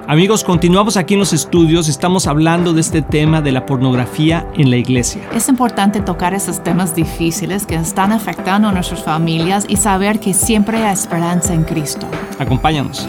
Amigos, continuamos aquí en los estudios. Estamos hablando de este tema de la pornografía en la iglesia. Es importante tocar esos temas difíciles que están afectando a nuestras familias y saber que siempre hay esperanza en Cristo. Acompáñanos.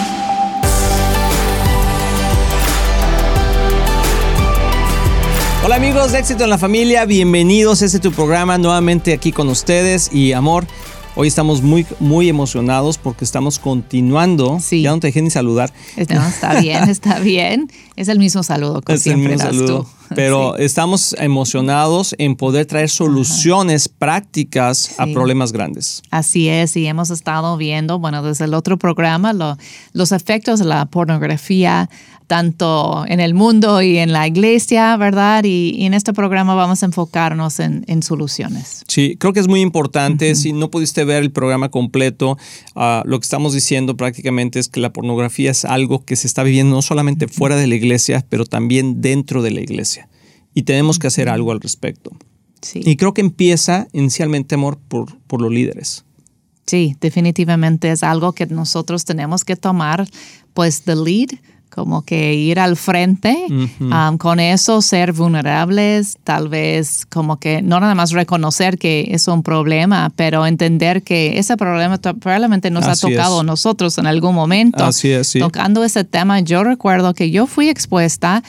Hola amigos de Éxito en la Familia, bienvenidos a este tu programa nuevamente aquí con ustedes. Y amor, hoy estamos muy emocionados porque estamos continuando. Sí. Ya no te dejé ni saludar. No, está bien. Es el mismo saludo que siempre das tú. Pero sí. Estamos emocionados en poder traer soluciones prácticas a problemas grandes. Así es, y hemos estado viendo, desde el otro programa, los efectos de la pornografía tanto en el mundo y en la iglesia, ¿verdad? Y en este programa vamos a enfocarnos en soluciones. Sí, creo que es muy importante. Si no pudiste ver el programa completo, lo que estamos diciendo prácticamente es que la pornografía es algo que se está viviendo no solamente fuera de la iglesia, pero también dentro de la iglesia. Y tenemos que hacer algo al respecto. Sí. Y creo que empieza inicialmente, amor, por los líderes. Sí, definitivamente es algo que nosotros tenemos que tomar, the lead, como que ir al frente, con eso ser vulnerables, tal vez como que no nada más reconocer que es un problema, pero entender que ese problema probablemente nos ha tocado a nosotros en algún momento. Así es, sí. Tocando ese tema, yo recuerdo que yo fui expuesta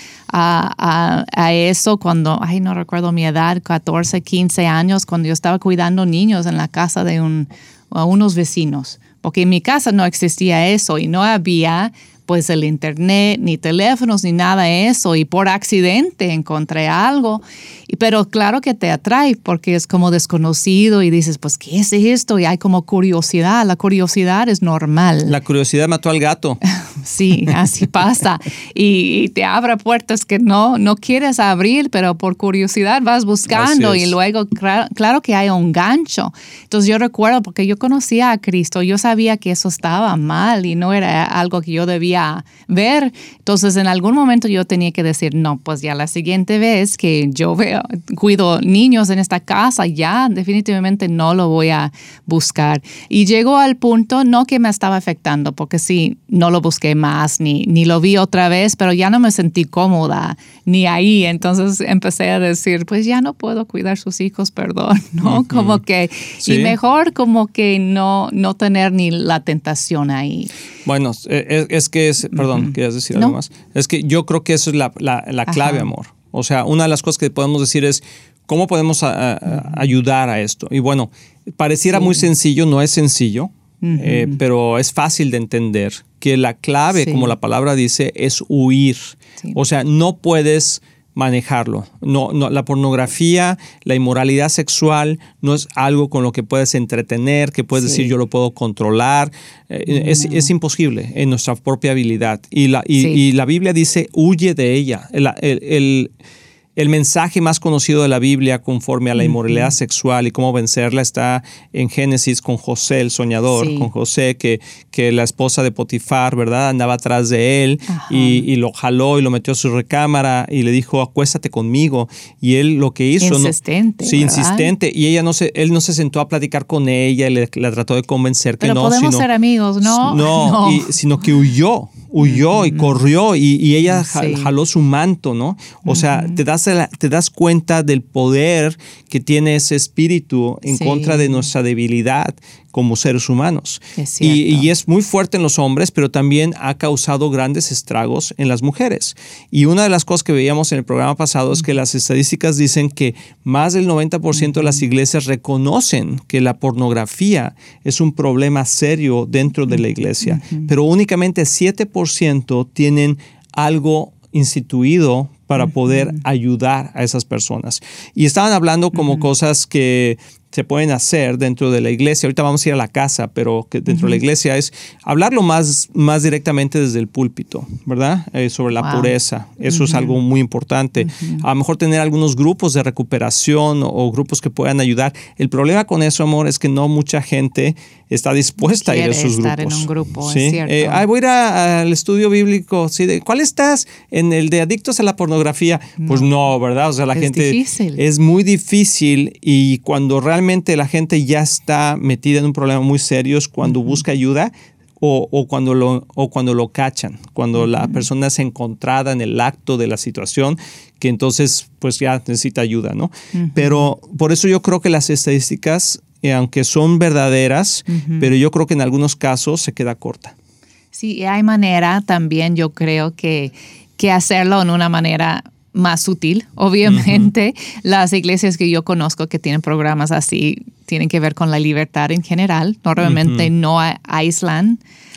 a eso cuando, no recuerdo mi edad, 14, 15 años, cuando yo estaba cuidando niños en la casa de unos vecinos, porque en mi casa no existía eso y no había el internet, ni teléfonos, ni nada de eso. Y por accidente encontré algo. Pero claro que te atrae porque es como desconocido y dices, ¿qué es esto? Y hay como curiosidad. La curiosidad es normal. La curiosidad mató al gato. Sí, así pasa. Y te abre puertas que no quieres abrir, pero por curiosidad vas buscando. Y luego, claro que hay un gancho. Entonces yo recuerdo, porque yo conocía a Cristo, yo sabía que eso estaba mal y no era algo que yo debía ver. Entonces en algún momento yo tenía que decir, no, ya la siguiente vez que yo cuido niños en esta casa, ya definitivamente no lo voy a buscar. Y llegó al punto, no que me estaba afectando, porque sí, no lo busqué más, ni lo vi otra vez, pero ya no me sentí cómoda, ni ahí. Entonces empecé a decir, ya no puedo cuidar sus hijos, perdón, ¿no? Como que, sí. Y mejor como que no tener ni la tentación ahí. Bueno, perdón, ¿quieres decir algo más? Es que yo creo que eso es la clave, amor. O sea, una de las cosas que podemos decir es, ¿cómo podemos ayudar a esto? Y bueno, pareciera muy sencillo, no es sencillo, pero es fácil de entender que la clave, como la palabra dice, es huir. Sí. O sea, no puedes manejarlo. No, la pornografía, la inmoralidad sexual no es algo con lo que puedes entretener, que puedes decir yo lo puedo controlar. Es imposible en nuestra propia habilidad. Y la Biblia dice, huye de ella. El mensaje más conocido de la Biblia conforme a la inmoralidad sexual y cómo vencerla está en Génesis con José, el soñador, con José, que la esposa de Potifar, ¿verdad?, andaba atrás de él y lo jaló y lo metió a su recámara y le dijo, acuéstate conmigo. Y él lo que hizo... Insistente. Insistente. Y él no se sentó a platicar con ella y la trató de convencer que pero podemos ser amigos, ¿no? No. Sino que huyó y corrió y ella jaló su manto, ¿no? O sea, te das cuenta del poder que tiene ese espíritu en contra de nuestra debilidad como seres humanos. Y es muy fuerte en los hombres, pero también ha causado grandes estragos en las mujeres. Y una de las cosas que veíamos en el programa pasado es que las estadísticas dicen que más del 90% de las iglesias reconocen que la pornografía es un problema serio dentro de la iglesia, pero únicamente 7% tienen algo instituido para poder ayudar a esas personas. Y estaban hablando como cosas que se pueden hacer dentro de la iglesia. Ahorita vamos a ir a la casa, pero que dentro de la iglesia es hablarlo más directamente desde el púlpito, ¿verdad? Sobre la pureza. Eso es algo muy importante. A lo mejor tener algunos grupos de recuperación o grupos que puedan ayudar. El problema con eso, amor, es que no mucha gente está dispuesta a ir a esos grupos. Estar en un grupo, ¿sí? Es cierto. Voy a ir al estudio bíblico. ¿Sí? ¿Cuál estás? ¿En el de adictos a la pornografía? Pues no, ¿verdad? O sea, la gente... Difícil. Es muy difícil y cuando realmente la gente ya está metida en un problema muy serio es cuando busca ayuda. o cuando lo cachan, cuando la persona es encontrada en el acto de la situación, que entonces pues ya necesita ayuda, ¿no? Pero por eso yo creo que las estadísticas, aunque son verdaderas, pero yo creo que en algunos casos se queda corta. Sí, hay manera también, yo creo que hacerlo en una manera más sutil. Obviamente, las iglesias que yo conozco que tienen programas así tienen que ver con la libertad en general. Normalmente no aíslan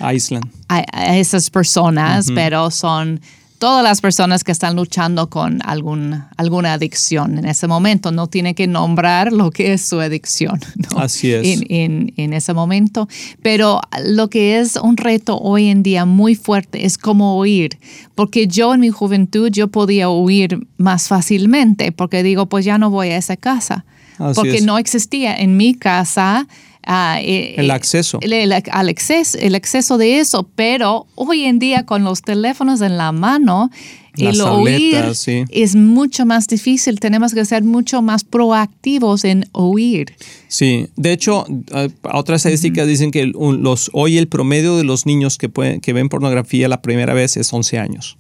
a esas personas, pero son todas las personas que están luchando con alguna adicción en ese momento. No tiene que nombrar lo que es su adicción, ¿no? Así es. En ese momento. Pero lo que es un reto hoy en día muy fuerte es cómo huir. Porque yo en mi juventud yo podía huir más fácilmente porque digo, pues ya no voy a esa casa. Así porque es. no existía en mi casa el acceso. El acceso de eso, pero hoy en día con los teléfonos en la mano, el oír es mucho más difícil. Tenemos que ser mucho más proactivos en oír. Sí, de hecho, otras estadísticas dicen que hoy el promedio de los niños que ven pornografía la primera vez es 11 años.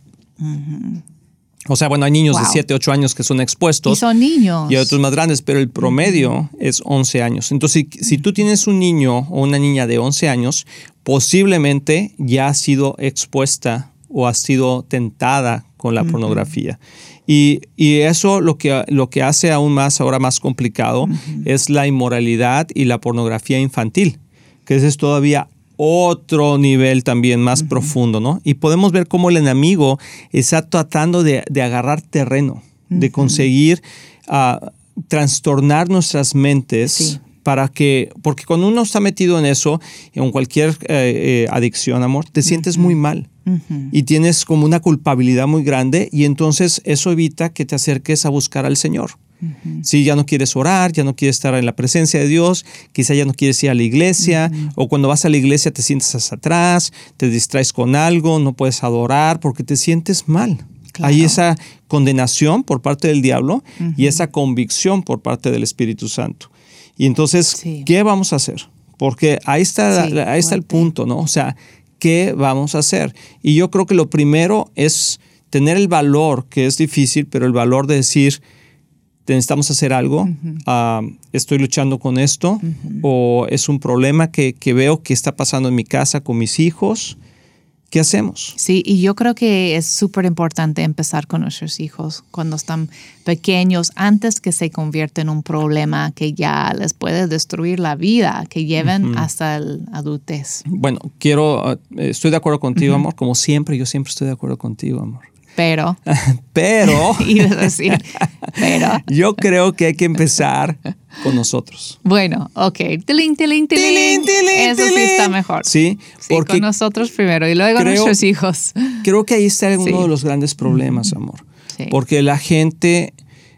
O sea, bueno, hay niños de 7, 8 años que son expuestos. Y son niños. Y hay otros más grandes, pero el promedio es 11 años. Entonces, si tú tienes un niño o una niña de 11 años, posiblemente ya ha sido expuesta o ha sido tentada con la pornografía. Y eso lo que hace aún más, ahora más complicado, es la inmoralidad y la pornografía infantil, que ese es todavía otro nivel también más profundo, ¿no? Y podemos ver cómo el enemigo está tratando de agarrar terreno, de conseguir trastornar nuestras mentes porque cuando uno está metido en eso, en cualquier adicción, amor, te sientes muy mal y tienes como una culpabilidad muy grande y entonces eso evita que te acerques a buscar al Señor. Si ya no quieres orar, ya no quieres estar en la presencia de Dios, quizá ya no quieres ir a la iglesia, o cuando vas a la iglesia te sientes hacia atrás, te distraes con algo, no puedes adorar porque te sientes mal. Claro. Hay esa condenación por parte del diablo y esa convicción por parte del Espíritu Santo. Y entonces, ¿qué vamos a hacer? Porque ahí está el punto, ¿no? O sea, ¿qué vamos a hacer? Y yo creo que lo primero es tener el valor, que es difícil, pero el valor de decir, necesitamos hacer algo, estoy luchando con esto, o es un problema que veo que está pasando en mi casa con mis hijos. ¿Qué hacemos? Sí, y yo creo que es súper importante empezar con nuestros hijos cuando están pequeños, antes que se convierta en un problema que ya les puede destruir la vida, que lleven hasta la adultez. Bueno, estoy de acuerdo contigo, amor, como siempre, yo siempre estoy de acuerdo contigo, amor. Pero ibas a decir, yo creo que hay que empezar con nosotros. Bueno, ok. Tilín. Eso sí está mejor. Sí, porque con nosotros primero y luego nuestros hijos. Creo que ahí está uno de los grandes problemas, amor. Sí. Porque la gente,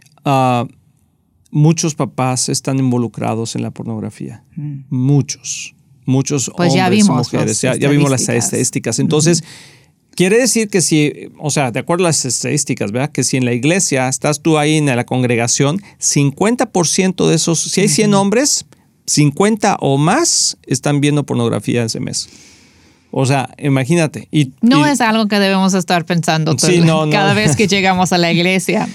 muchos papás están involucrados en la pornografía. Muchos pues hombres ya vimos y mujeres. Ya vimos las estadísticas. Entonces, quiere decir que si, o sea, de acuerdo a las estadísticas, ¿verdad? Que si en la iglesia estás tú ahí en la congregación, 50% de esos, si hay 100 hombres, 50 o más están viendo pornografía ese mes. O sea, imagínate. No es algo que debemos estar pensando cada vez que llegamos a la iglesia.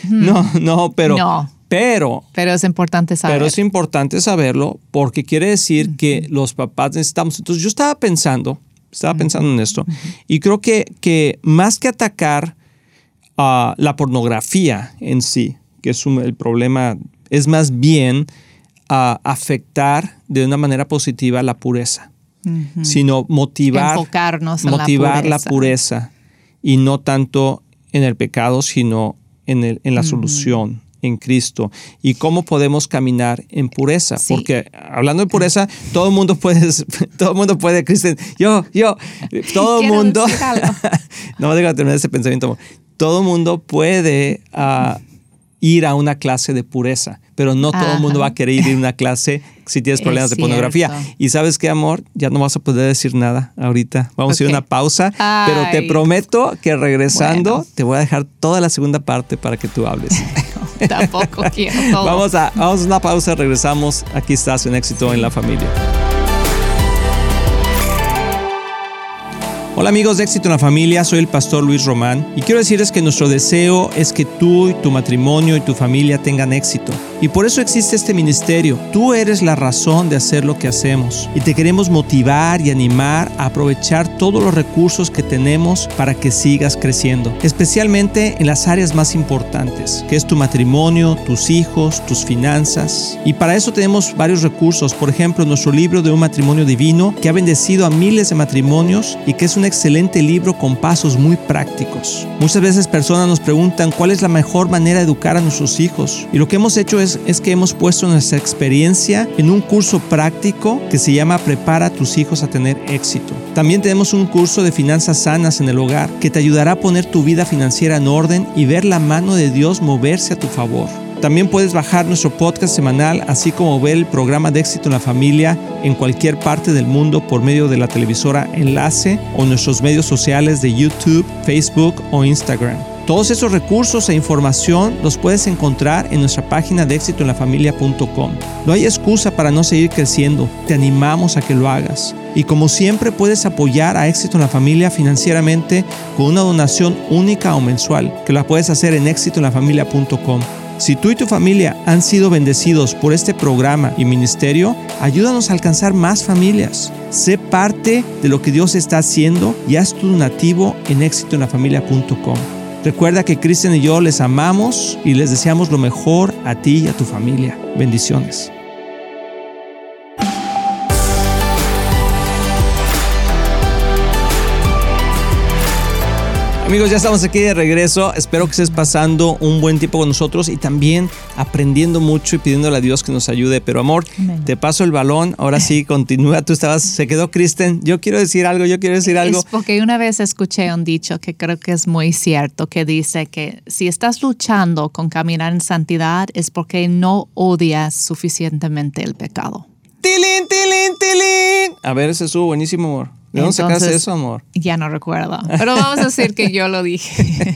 Pero es importante saber. Pero es importante saberlo porque quiere decir que los papás necesitamos. Entonces yo estaba pensando en esto y creo que más que atacar la pornografía en sí, que es el problema, es más bien afectar de una manera positiva la pureza, sino enfocarnos en la pureza y no tanto en el pecado, sino en la solución. En Cristo y cómo podemos caminar en pureza, porque hablando de pureza, todo el mundo puede, Cristian, todo el mundo, no déjame terminar ese pensamiento, todo el mundo puede ir a una clase de pureza, pero no todo el mundo va a querer ir a una clase si tienes problemas de pornografía. Y ¿sabes qué, amor? Ya no vas a poder decir nada ahorita. Vamos a ir a una pausa, pero te prometo que regresando te voy a dejar toda la segunda parte para que tú hables. Tampoco quiero todo. Vamos a una pausa, regresamos. Aquí estás en Éxito en la Familia. Hola amigos de Éxito en la Familia, soy el pastor Luis Román y quiero decirles que nuestro deseo es que tú y tu matrimonio y tu familia tengan éxito. Y por eso existe este ministerio. Tú eres la razón de hacer lo que hacemos y te queremos motivar y animar a aprovechar todos los recursos que tenemos para que sigas creciendo, especialmente en las áreas más importantes, que es tu matrimonio, tus hijos, tus finanzas. Y para eso tenemos varios recursos, por ejemplo, nuestro libro de un matrimonio divino que ha bendecido a miles de matrimonios y que es un excelente libro con pasos muy prácticos. Muchas veces personas nos preguntan cuál es la mejor manera de educar a nuestros hijos y lo que hemos hecho es que hemos puesto nuestra experiencia en un curso práctico que se llama Prepara a tus hijos a tener éxito. También tenemos un curso de finanzas sanas en el hogar que te ayudará a poner tu vida financiera en orden y ver la mano de Dios moverse a tu favor. También puedes bajar nuestro podcast semanal, así como ver el programa de Éxito en la Familia en cualquier parte del mundo por medio de la televisora Enlace o nuestros medios sociales de YouTube, Facebook o Instagram. Todos esos recursos e información los puedes encontrar en nuestra página de exitoenlafamilia.com. No hay excusa para no seguir creciendo. Te animamos a que lo hagas. Y como siempre puedes apoyar a Éxito en la Familia financieramente con una donación única o mensual, que la puedes hacer en exitoenlafamilia.com. Si tú y tu familia han sido bendecidos por este programa y ministerio, ayúdanos a alcanzar más familias. Sé parte de lo que Dios está haciendo y haz tu donativo en exitoenlafamilia.com. Recuerda que Cristian y yo les amamos y les deseamos lo mejor a ti y a tu familia. Bendiciones. Amigos, ya estamos aquí de regreso. Espero que estés pasando un buen tiempo con nosotros y también aprendiendo mucho y pidiéndole a Dios que nos ayude. Pero amor, Amén. Te paso el balón. Ahora sí, continúa. Se quedó Kristen. Yo quiero decir algo. Es porque una vez escuché un dicho que creo que es muy cierto, que dice que si estás luchando con caminar en santidad es porque no odias suficientemente el pecado. ¡Tilín, tilín, tilín! A ver, ese estuvo buenísimo, amor. ¿De dónde sacaste eso, amor? Ya no recuerdo, pero vamos a decir que yo lo dije.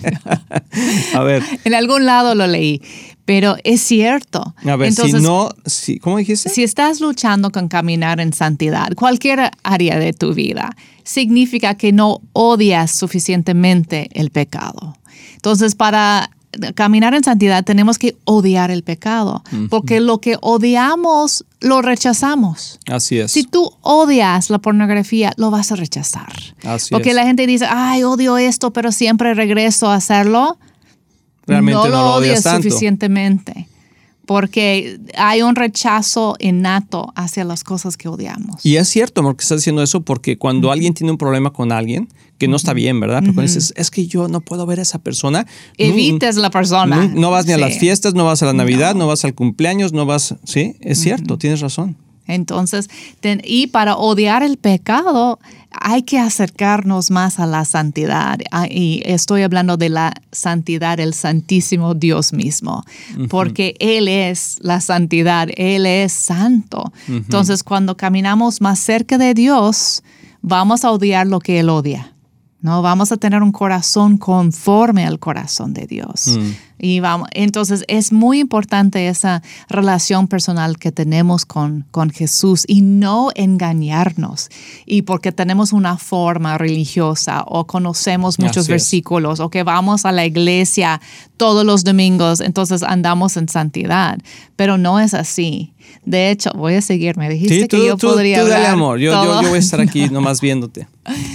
A ver. En algún lado lo leí, pero es cierto. A ver, entonces, ¿cómo dijiste? Si estás luchando con caminar en santidad, cualquier área de tu vida, significa que no odias suficientemente el pecado. Entonces, para caminar en santidad tenemos que odiar el pecado, porque lo que odiamos lo rechazamos. Así es. Si tú odias la pornografía, lo vas a rechazar. Así porque es. La gente dice, ay, odio esto, pero siempre regreso a hacerlo. Realmente no lo odias suficientemente. Porque hay un rechazo innato hacia las cosas que odiamos. Y es cierto, amor, que estás diciendo eso porque cuando alguien tiene un problema con alguien, que no está bien, ¿verdad? Pero cuando dices, es que yo no puedo ver a esa persona. Evites la persona. No vas ni a las fiestas, no vas a la Navidad, no vas al cumpleaños, no vas... Sí, es cierto, tienes razón. Entonces, y para odiar el pecado hay que acercarnos más a la santidad. Y estoy hablando de la santidad, el santísimo Dios mismo, porque Él es la santidad, Él es santo. Entonces, cuando caminamos más cerca de Dios, vamos a odiar lo que Él odia. ¿No? Vamos a tener un corazón conforme al corazón de Dios. Entonces es muy importante esa relación personal que tenemos con Jesús y no engañarnos. Y porque tenemos una forma religiosa o conocemos muchos versículos o que vamos a la iglesia todos los domingos, entonces andamos en santidad. Pero no es así. De hecho, voy a seguir. Me dijiste que yo podría hablar. Dale, amor. Yo voy a estar aquí nomás viéndote.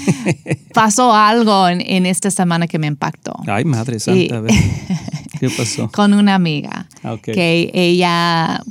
Pasó algo en esta semana que me impactó. Ay, madre santa. A ver. ¿Qué pasó? Con una amiga. Okay. Que ella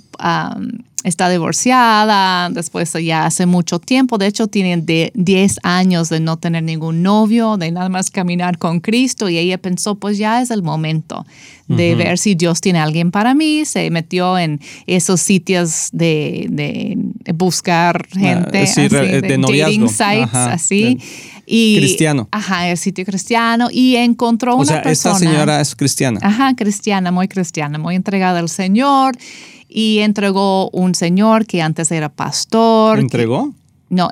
está divorciada, después ya hace mucho tiempo. De hecho, tienen 10 años de no tener ningún novio, de nada más caminar con Cristo. Y ella pensó, pues ya es el momento de ver si Dios tiene a alguien para mí. Se metió en esos sitios de buscar gente, de noviazgo. Dating sites, así. Cristiano. El sitio cristiano. Y encontró una persona. Esta señora es cristiana. Cristiana, muy entregada al Señor. Y entregó un señor que antes era pastor. ¿Entregó? No,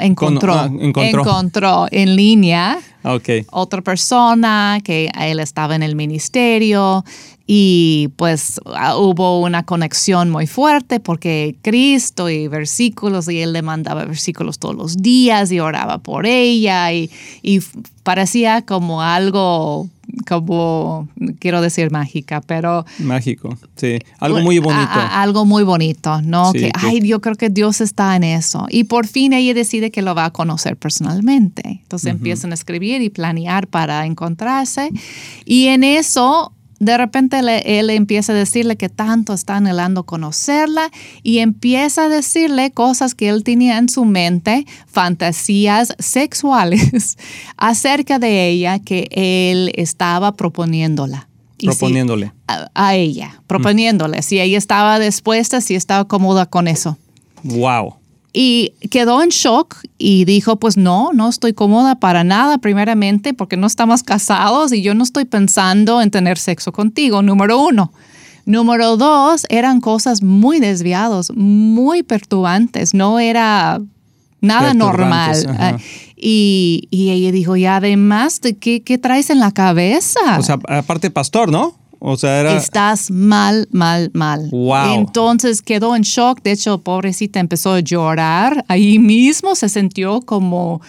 encontró en línea otra persona que él estaba en el ministerio Y pues hubo una conexión muy fuerte porque Cristo y versículos, y él le mandaba versículos todos los días y oraba por ella y parecía como algo, como, quiero decir mágica, pero... Mágico, sí. Algo muy bonito. Algo muy bonito, ¿no? Sí, yo creo que Dios está en eso. Y por fin ella decide que lo va a conocer personalmente. Entonces empiezan a escribir y planear para encontrarse. Y en eso... De repente él empieza a decirle que tanto está anhelando conocerla y empieza a decirle cosas que él tenía en su mente, fantasías sexuales acerca de ella que él estaba proponiéndola. Proponiéndole. A ella, proponiéndole. Si ella estaba dispuesta, si estaba cómoda con eso. Wow. Y quedó en shock y dijo, pues no estoy cómoda para nada, primeramente, porque no estamos casados y yo no estoy pensando en tener sexo contigo, número 1. Número 2, eran cosas muy desviadas, muy perturbantes, no era nada normal. Y ella dijo, y además, ¿qué traes en la cabeza? O sea, aparte pastor, ¿no? O sea, era... Estás mal. Wow. Entonces quedó en shock. De hecho, pobrecita empezó a llorar. Ahí mismo se sintió como,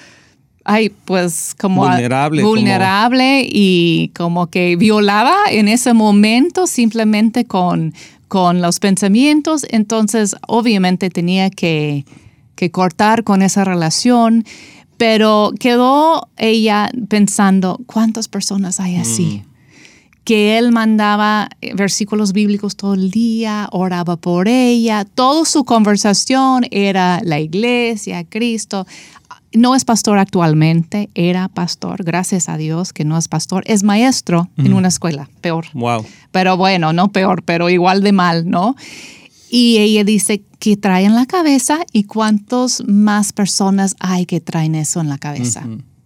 como vulnerable y como que violaba en ese momento simplemente con los pensamientos. Entonces, obviamente tenía que cortar con esa relación. Pero quedó ella pensando, ¿cuántas personas hay así? Que él mandaba versículos bíblicos todo el día, oraba por ella, toda su conversación era la iglesia, Cristo. No es pastor actualmente, era pastor, gracias a Dios que no es pastor, es maestro en una escuela, peor. Wow. Pero bueno, no peor, pero igual de mal, ¿no? Y ella dice, ¿qué trae en la cabeza? ¿Y cuántas más personas hay que traen eso en la cabeza?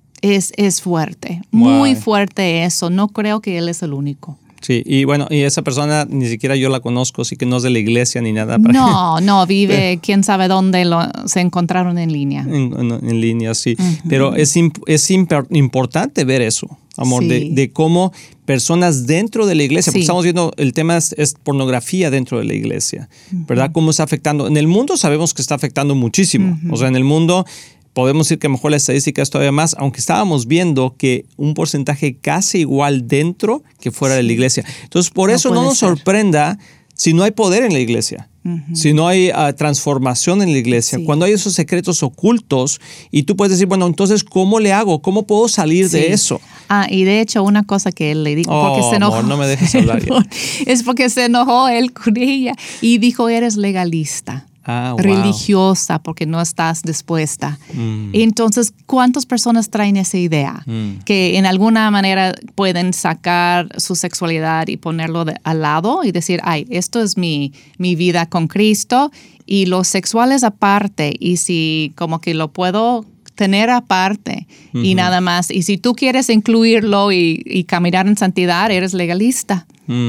Es fuerte, muy fuerte eso. No creo que él es el único. Sí, y bueno, y esa persona ni siquiera yo la conozco, así que no es de la iglesia ni nada. No, vive quién sabe dónde se encontraron en línea. En línea, sí. Pero es importante ver eso, amor, sí. de cómo personas dentro de la iglesia, porque estamos viendo, el tema es pornografía dentro de la iglesia, ¿verdad? Cómo está afectando. En el mundo sabemos que está afectando muchísimo. O sea, en el mundo... Podemos decir que a lo mejor la estadística es todavía más, aunque estábamos viendo que un porcentaje casi igual dentro que fuera de la iglesia. Entonces, por eso no nos sorprenda si no hay poder en la iglesia, si no hay transformación en la iglesia, cuando hay esos secretos ocultos y tú puedes decir, bueno, entonces, ¿cómo le hago? ¿Cómo puedo salir de eso? Y de hecho, una cosa que él le dijo, porque se enojó. Amor, no me dejes hablar ya. Es porque se enojó él con ella y dijo, eres legalista. Religiosa porque no estás dispuesta. Entonces, ¿cuántas personas traen esa idea? Que en alguna manera pueden sacar su sexualidad y ponerlo al lado y decir, esto es mi vida con Cristo y lo sexual es aparte y si como que lo puedo tener aparte y nada más. Y si tú quieres incluirlo y caminar en santidad, eres legalista.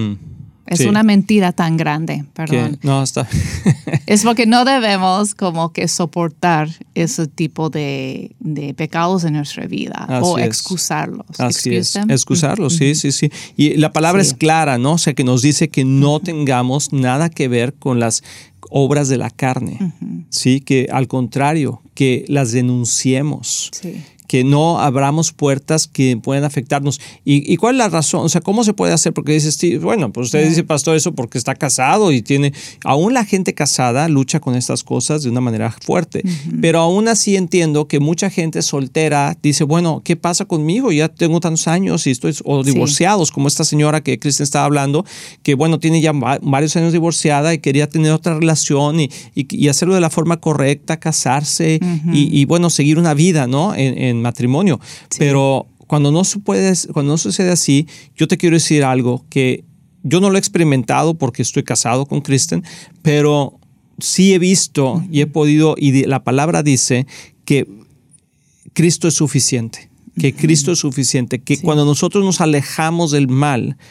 Es una mentira tan grande, perdón. No, está. Es porque no debemos como que soportar ese tipo de pecados en nuestra vida o excusarlos. Así es, excusarlos, sí. Y la palabra es clara, ¿no? O sea, que nos dice que no tengamos nada que ver con las obras de la carne, ¿sí? Que al contrario, que las denunciemos. Sí. Que no abramos puertas que puedan afectarnos. ¿Y cuál es la razón? O sea, ¿cómo se puede hacer? Porque dices, sí, bueno, pues usted dice, pastor, eso porque está casado y tiene... Aún la gente casada lucha con estas cosas de una manera fuerte. Pero aún así entiendo que mucha gente soltera dice, bueno, ¿qué pasa conmigo? Ya tengo tantos años y estoy... O divorciados, como esta señora que Kristen estaba hablando, que bueno, tiene ya varios años divorciada y quería tener otra relación y hacerlo de la forma correcta, casarse y bueno, seguir una vida, ¿no? En matrimonio. Pero cuando no sucede así, yo te quiero decir algo que yo no lo he experimentado porque estoy casado con Kristen, pero sí he visto y he podido, y la palabra dice que Cristo es suficiente, que Cristo es suficiente, que cuando nosotros nos alejamos del mal,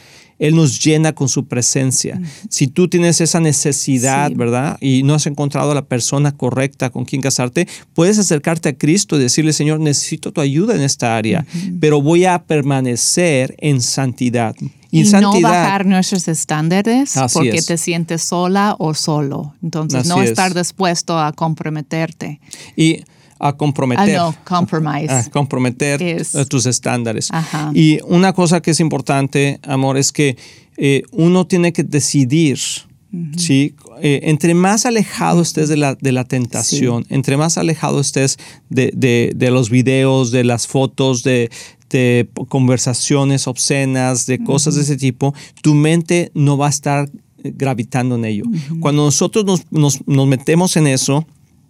Él nos llena con su presencia. Si tú tienes esa necesidad, ¿verdad? Y no has encontrado a la persona correcta con quien casarte, puedes acercarte a Cristo y decirle, Señor, necesito tu ayuda en esta área, pero voy a permanecer en santidad. Y no bajar nuestros estándares porque te sientes sola o solo. Entonces, no estar dispuesto a comprometerte. Y a comprometer. Compromise. A comprometer tus estándares. Y una cosa que es importante, amor, es que uno tiene que decidir, ¿sí? Entre más alejado estés de la tentación, entre más alejado estés de los videos, de las fotos, de conversaciones obscenas, de cosas de ese tipo, tu mente no va a estar gravitando en ello. Cuando nosotros nos metemos en eso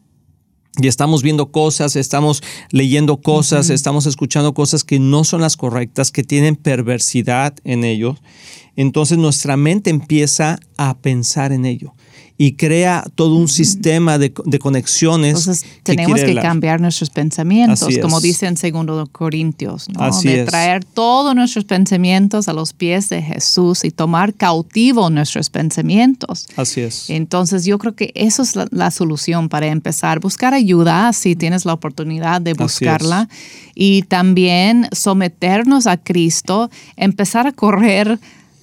y estamos viendo cosas, estamos leyendo cosas, estamos escuchando cosas que no son las correctas, que tienen perversidad en ellos, entonces nuestra mente empieza a pensar en ello y crea todo un sistema de conexiones. Entonces tenemos que cambiar nuestros pensamientos, como dice en 2 Corintios, ¿no? De traer todos nuestros pensamientos a los pies de Jesús y tomar cautivo nuestros pensamientos. Así es. Entonces yo creo que eso es la solución para empezar. Buscar ayuda si tienes la oportunidad de buscarla y también someternos a Cristo, empezar a correr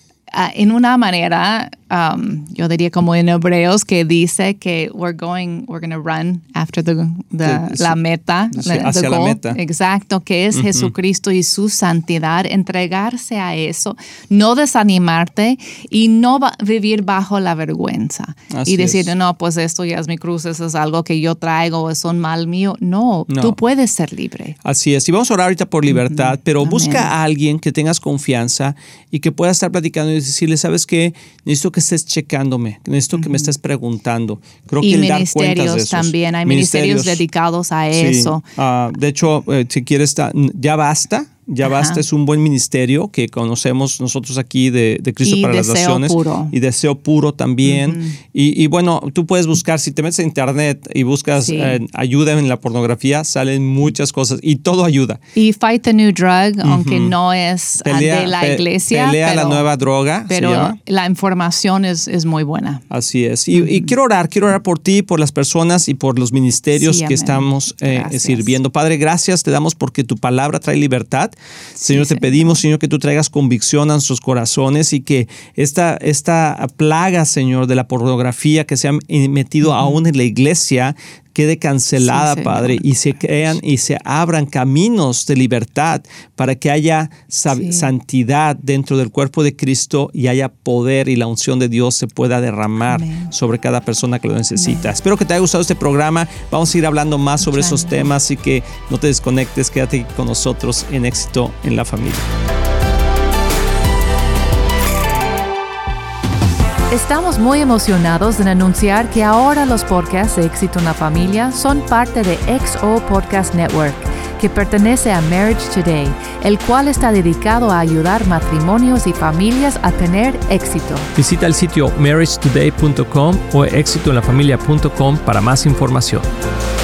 en una manera, yo diría como en Hebreos, que dice que we're going to run after la meta. Hacia la meta. Exacto, que es Jesucristo y su santidad. Entregarse a eso, no desanimarte y no vivir bajo la vergüenza. Y decir, no, pues esto ya es mi cruz, eso es algo que yo traigo, es un mal mío. No, tú puedes ser libre. Así es. Y vamos a orar ahorita por libertad, pero busca a alguien que tengas confianza y que pueda estar platicando y decirle, ¿sabes qué? Necesito que estés checándome, necesito que me estés preguntando. Creo que el dar cuentas de eso. También, hay ministerios dedicados a eso. De hecho, si quieres, Ya Basta. Ya Basta es un buen ministerio que conocemos nosotros aquí de Cristo para las Naciones. Y Deseo Puro también. Y bueno, tú puedes buscar, si te metes a internet y buscas ayuda en la pornografía, salen muchas cosas y todo ayuda. Y Fight the New Drug, aunque no es de la iglesia. Pelea la nueva droga, pero se llama. La información es muy buena. Así es. Y quiero orar por ti, por las personas y por los ministerios que estamos sirviendo. Padre, gracias te damos porque tu palabra trae libertad. Señor, te pedimos, Señor, que tú traigas convicción a nuestros corazones y que esta plaga, Señor, de la pornografía que se ha metido aún en la iglesia quede cancelada, Padre, y se crean y se abran caminos de libertad para que haya santidad dentro del cuerpo de Cristo y haya poder y la unción de Dios se pueda derramar sobre cada persona que lo necesita. Espero que te haya gustado este programa. Vamos a ir hablando más sobre esos temas, así que no te desconectes, quédate con nosotros en Éxito en la Familia. Estamos muy emocionados en anunciar que ahora los podcasts de Éxito en la Familia son parte de XO Podcast Network, que pertenece a Marriage Today, el cual está dedicado a ayudar matrimonios y familias a tener éxito. Visita el sitio marriagetoday.com o exitoenlafamilia.com para más información.